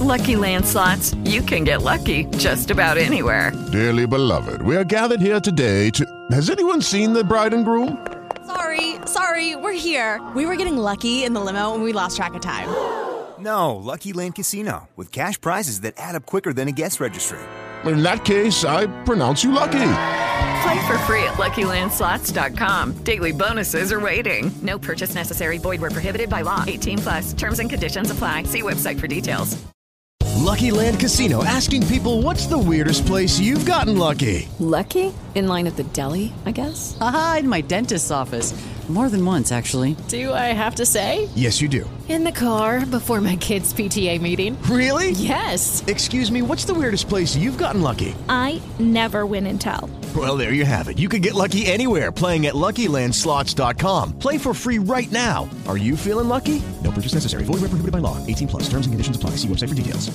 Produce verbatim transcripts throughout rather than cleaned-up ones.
Lucky Land Slots, you can get lucky just about anywhere. Dearly beloved, we are gathered here today to... Has anyone seen the bride and groom? Sorry, sorry, we're here. We were getting lucky in the limo and we lost track of time. No, Lucky Land Casino, with cash prizes that add up quicker than a guest registry. In that case, I pronounce you lucky. Play for free at Lucky Land Slots dot com. Daily bonuses are waiting. No purchase necessary. Void where prohibited by law. eighteen plus. Terms and conditions apply. See website for details. Lucky Land Casino, asking people, what's the weirdest place you've gotten lucky? Lucky? In line at the deli, I guess? Aha, in my dentist's office. More than once, actually. Do I have to say? Yes, you do. In the car before my kids' P T A meeting. Really? Yes. Excuse me, what's the weirdest place you've gotten lucky? I never win and tell. Well, there you have it. You can get lucky anywhere, playing at Lucky Land Slots dot com. Play for free right now. Are you feeling lucky? No purchase necessary. Void where prohibited by law. eighteen plus. Terms and conditions apply. See website for details.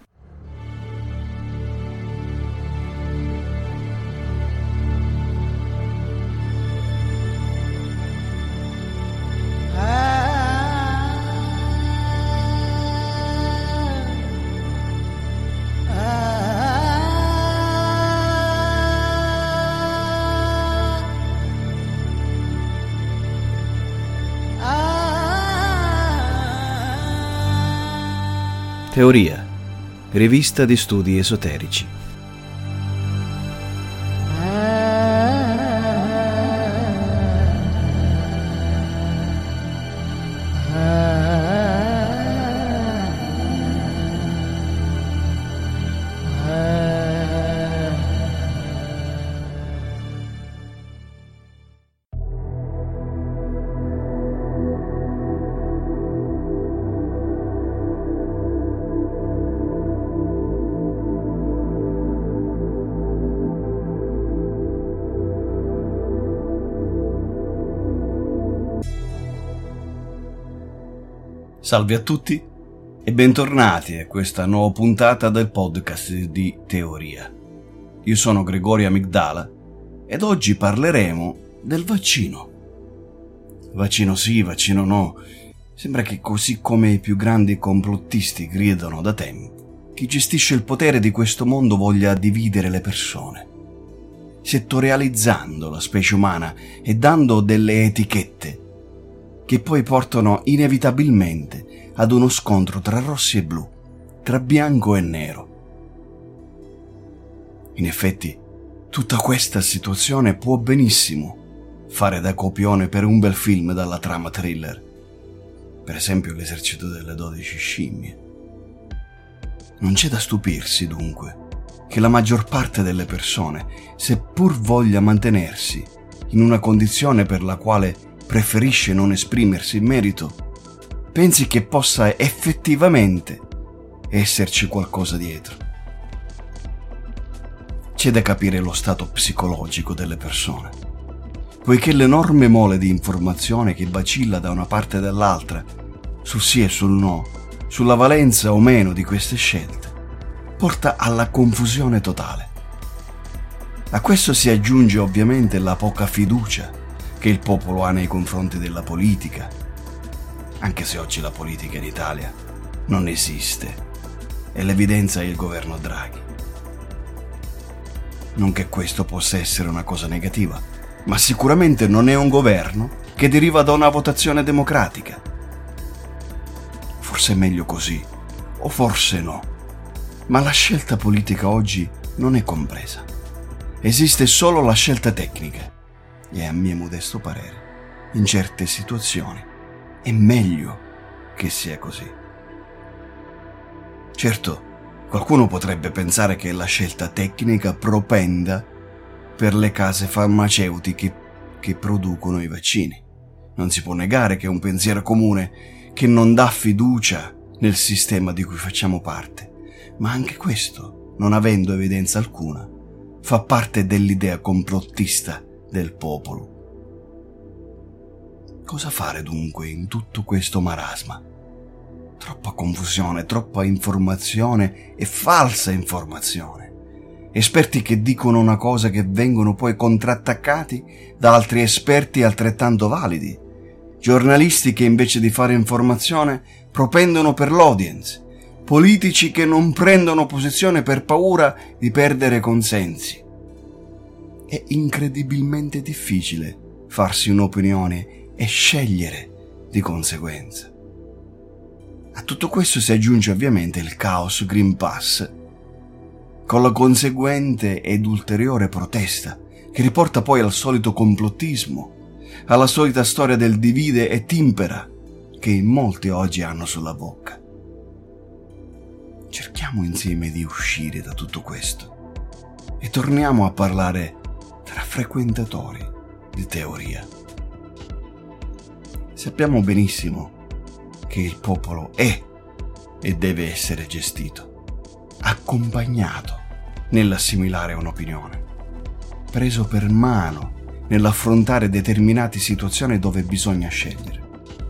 Teoria, rivista di studi esoterici. Salve a tutti e bentornati a questa nuova puntata del podcast di Teoria. Io sono Gregorio Amigdala ed oggi parleremo del vaccino. Vaccino sì, vaccino no. Sembra che così come i più grandi complottisti gridano da tempo, chi gestisce il potere di questo mondo voglia dividere le persone, settorializzando la specie umana e dando delle etichette che poi portano inevitabilmente ad uno scontro tra rossi e blu, tra bianco e nero. In effetti, tutta questa situazione può benissimo fare da copione per un bel film dalla trama thriller, per esempio L'esercito delle dodici scimmie. Non c'è da stupirsi, dunque, che la maggior parte delle persone, seppur voglia mantenersi in una condizione per la quale preferisce non esprimersi in merito, pensi che possa effettivamente esserci qualcosa dietro. C'è da capire lo stato psicologico delle persone, poiché l'enorme mole di informazione che vacilla da una parte e dall'altra, sul sì e sul no, sulla valenza o meno di queste scelte, porta alla confusione totale. A questo si aggiunge ovviamente la poca fiducia che il popolo ha nei confronti della politica, anche se oggi la politica in Italia non esiste e l'evidenza è il governo Draghi. Non che questo possa essere una cosa negativa, ma sicuramente non è un governo che deriva da una votazione democratica. Forse è meglio così, o forse no, ma la scelta politica oggi non è compresa. Esiste solo la scelta tecnica. E a mio modesto parere, in certe situazioni, è meglio che sia così. Certo, qualcuno potrebbe pensare che la scelta tecnica propenda per le case farmaceutiche che producono i vaccini. Non si può negare che è un pensiero comune che non dà fiducia nel sistema di cui facciamo parte, ma anche questo, non avendo evidenza alcuna, fa parte dell'idea complottista del popolo. Cosa fare dunque in tutto questo marasma? Troppa confusione, troppa informazione e falsa informazione. Esperti che dicono una cosa che vengono poi contrattaccati da altri esperti altrettanto validi. Giornalisti che invece di fare informazione propendono per l'audience, politici che non prendono posizione per paura di perdere consensi. È incredibilmente difficile farsi un'opinione e scegliere di conseguenza. A tutto questo si aggiunge ovviamente il caos Green Pass, con la conseguente ed ulteriore protesta che riporta poi al solito complottismo, alla solita storia del divide e timpera che in molti oggi hanno sulla bocca. Cerchiamo insieme di uscire da tutto questo e torniamo a parlare tra frequentatori di teoria. Sappiamo benissimo che il popolo è e deve essere gestito, accompagnato nell'assimilare un'opinione, preso per mano nell'affrontare determinate situazioni dove bisogna scegliere.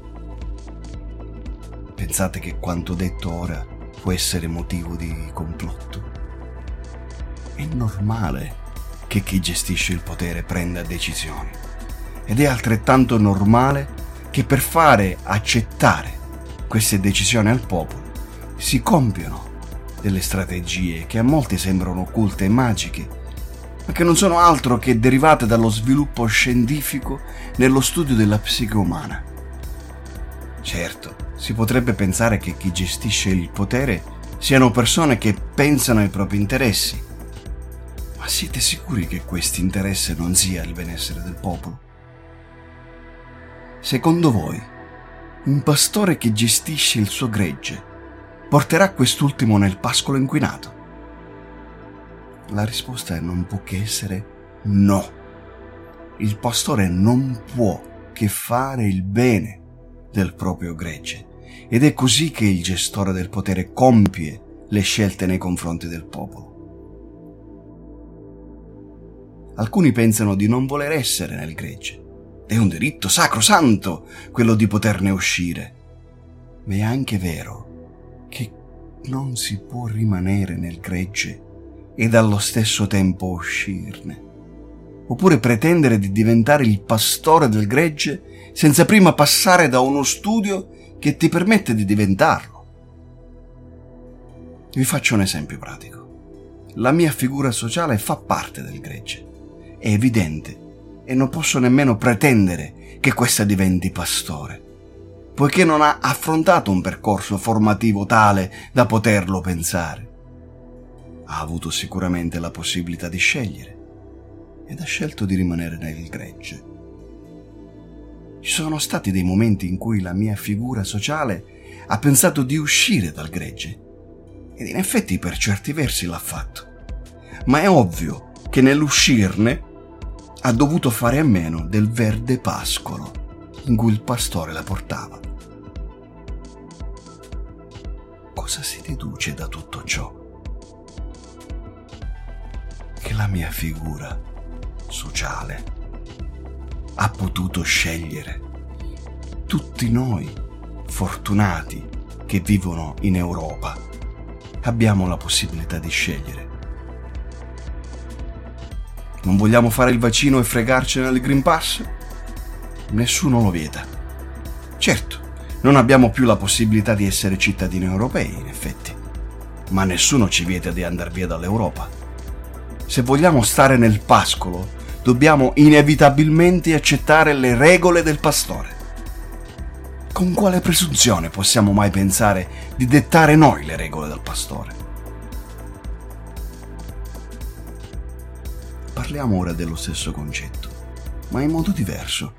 Pensate che quanto detto ora può essere motivo di complotto? È normale che chi gestisce il potere prenda decisioni ed è altrettanto normale che per fare accettare queste decisioni al popolo si compiono delle strategie che a molti sembrano occulte e magiche, ma che non sono altro che derivate dallo sviluppo scientifico nello studio della psiche umana. Certo, si potrebbe pensare che chi gestisce il potere siano persone che pensano ai propri interessi, ma siete sicuri che questo interesse non sia il benessere del popolo? Secondo voi, un pastore che gestisce il suo gregge porterà quest'ultimo nel pascolo inquinato? La risposta non può che essere no. Il pastore non può che fare il bene del proprio gregge ed è così che il gestore del potere compie le scelte nei confronti del popolo. Alcuni pensano di non voler essere nel gregge. È un diritto sacrosanto quello di poterne uscire. Ma è anche vero che non si può rimanere nel gregge ed allo stesso tempo uscirne, oppure pretendere di diventare il pastore del gregge senza prima passare da uno studio che ti permette di diventarlo. Vi faccio un esempio pratico. La mia figura sociale fa parte del gregge, è evidente, e non posso nemmeno pretendere che questa diventi pastore, poiché non ha affrontato un percorso formativo tale da poterlo pensare. Ha avuto sicuramente la possibilità di scegliere ed ha scelto di rimanere nel gregge. Ci sono stati dei momenti in cui la mia figura sociale ha pensato di uscire dal gregge ed in effetti per certi versi l'ha fatto, ma è ovvio che nell'uscirne ha dovuto fare a meno del verde pascolo in cui il pastore la portava. Cosa si deduce da tutto ciò? Che la mia figura sociale ha potuto scegliere. Tutti noi, fortunati che vivono in Europa, abbiamo la possibilità di scegliere. Non vogliamo fare il vaccino e fregarcene del Green Pass? Nessuno lo vieta. Certo, non abbiamo più la possibilità di essere cittadini europei, in effetti, ma nessuno ci vieta di andare via dall'Europa. Se vogliamo stare nel pascolo, dobbiamo inevitabilmente accettare le regole del pastore. Con quale presunzione possiamo mai pensare di dettare noi le regole del pastore? Parliamo ora dello stesso concetto, ma in modo diverso.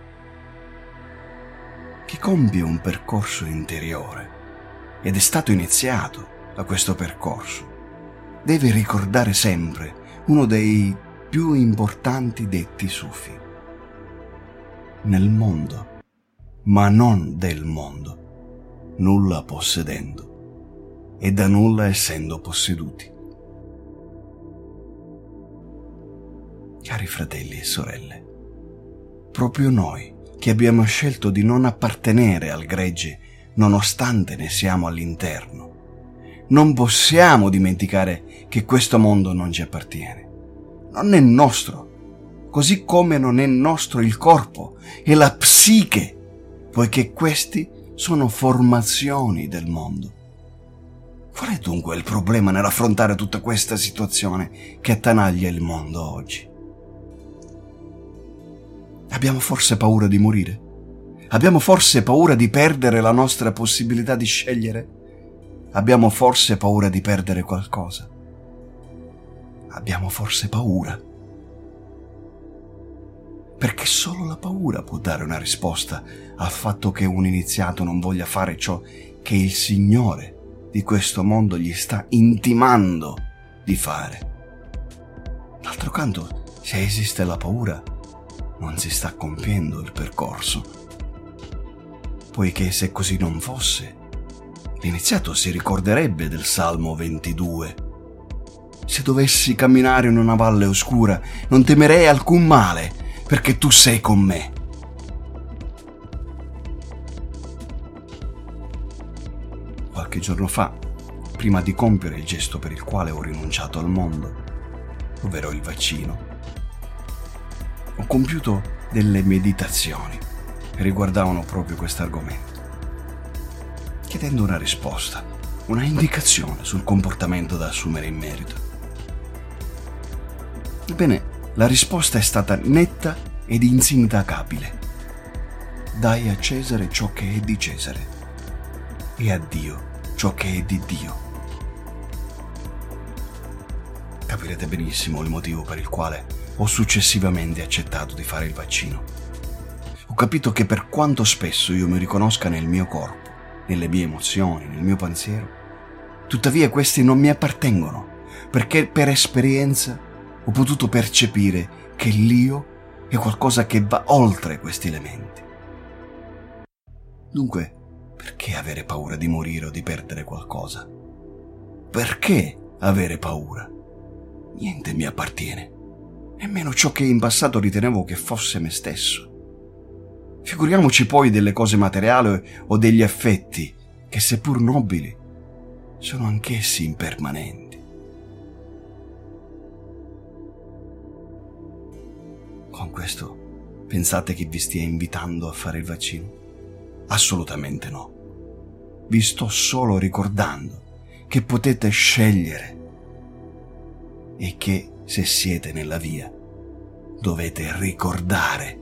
Chi compie un percorso interiore ed è stato iniziato da questo percorso deve ricordare sempre uno dei più importanti detti sufi. Nel mondo, ma non del mondo, nulla possedendo e da nulla essendo posseduti. Cari fratelli e sorelle, proprio noi che abbiamo scelto di non appartenere al gregge nonostante ne siamo all'interno, non possiamo dimenticare che questo mondo non ci appartiene. Non è nostro, così come non è nostro il corpo e la psiche, poiché questi sono formazioni del mondo. Qual è dunque il problema nell'affrontare tutta questa situazione che attanaglia il mondo oggi? Abbiamo forse paura di morire? Abbiamo forse paura di perdere la nostra possibilità di scegliere? Abbiamo forse paura di perdere qualcosa? Abbiamo forse paura? Perché solo la paura può dare una risposta al fatto che un iniziato non voglia fare ciò che il Signore di questo mondo gli sta intimando di fare. D'altro canto, se esiste la paura, non si sta compiendo il percorso, poiché se così non fosse, l'iniziato si ricorderebbe del Salmo ventidue. Se dovessi camminare in una valle oscura, non temerei alcun male, perché tu sei con me. Qualche giorno fa, prima di compiere il gesto per il quale ho rinunciato al mondo, ovvero il vaccino, ho compiuto delle meditazioni che riguardavano proprio questo argomento, chiedendo una risposta, una indicazione sul comportamento da assumere in merito. Ebbene, la risposta è stata netta ed insindacabile. Dai a Cesare ciò che è di Cesare e a Dio ciò che è di Dio. Capirete benissimo il motivo per il quale ho successivamente accettato di fare il vaccino. Ho capito che per quanto spesso io mi riconosca nel mio corpo, nelle mie emozioni, nel mio pensiero, tuttavia questi non mi appartengono, perché per esperienza ho potuto percepire che l'io è qualcosa che va oltre questi elementi. Dunque, perché avere paura di morire o di perdere qualcosa? Perché avere paura? Niente mi appartiene, nemmeno ciò che in passato ritenevo che fosse me stesso. Figuriamoci poi delle cose materiali o degli affetti che, seppur nobili, sono anch'essi impermanenti. Con questo, pensate che vi stia invitando a fare il vaccino? Assolutamente no. Vi sto solo ricordando che potete scegliere e che, se siete nella via, dovete ricordare.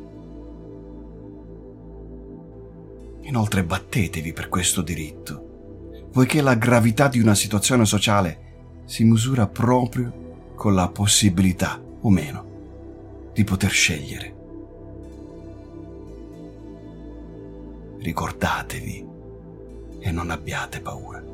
Inoltre battetevi per questo diritto, poiché la gravità di una situazione sociale si misura proprio con la possibilità o meno di poter scegliere. Ricordatevi e non abbiate paura.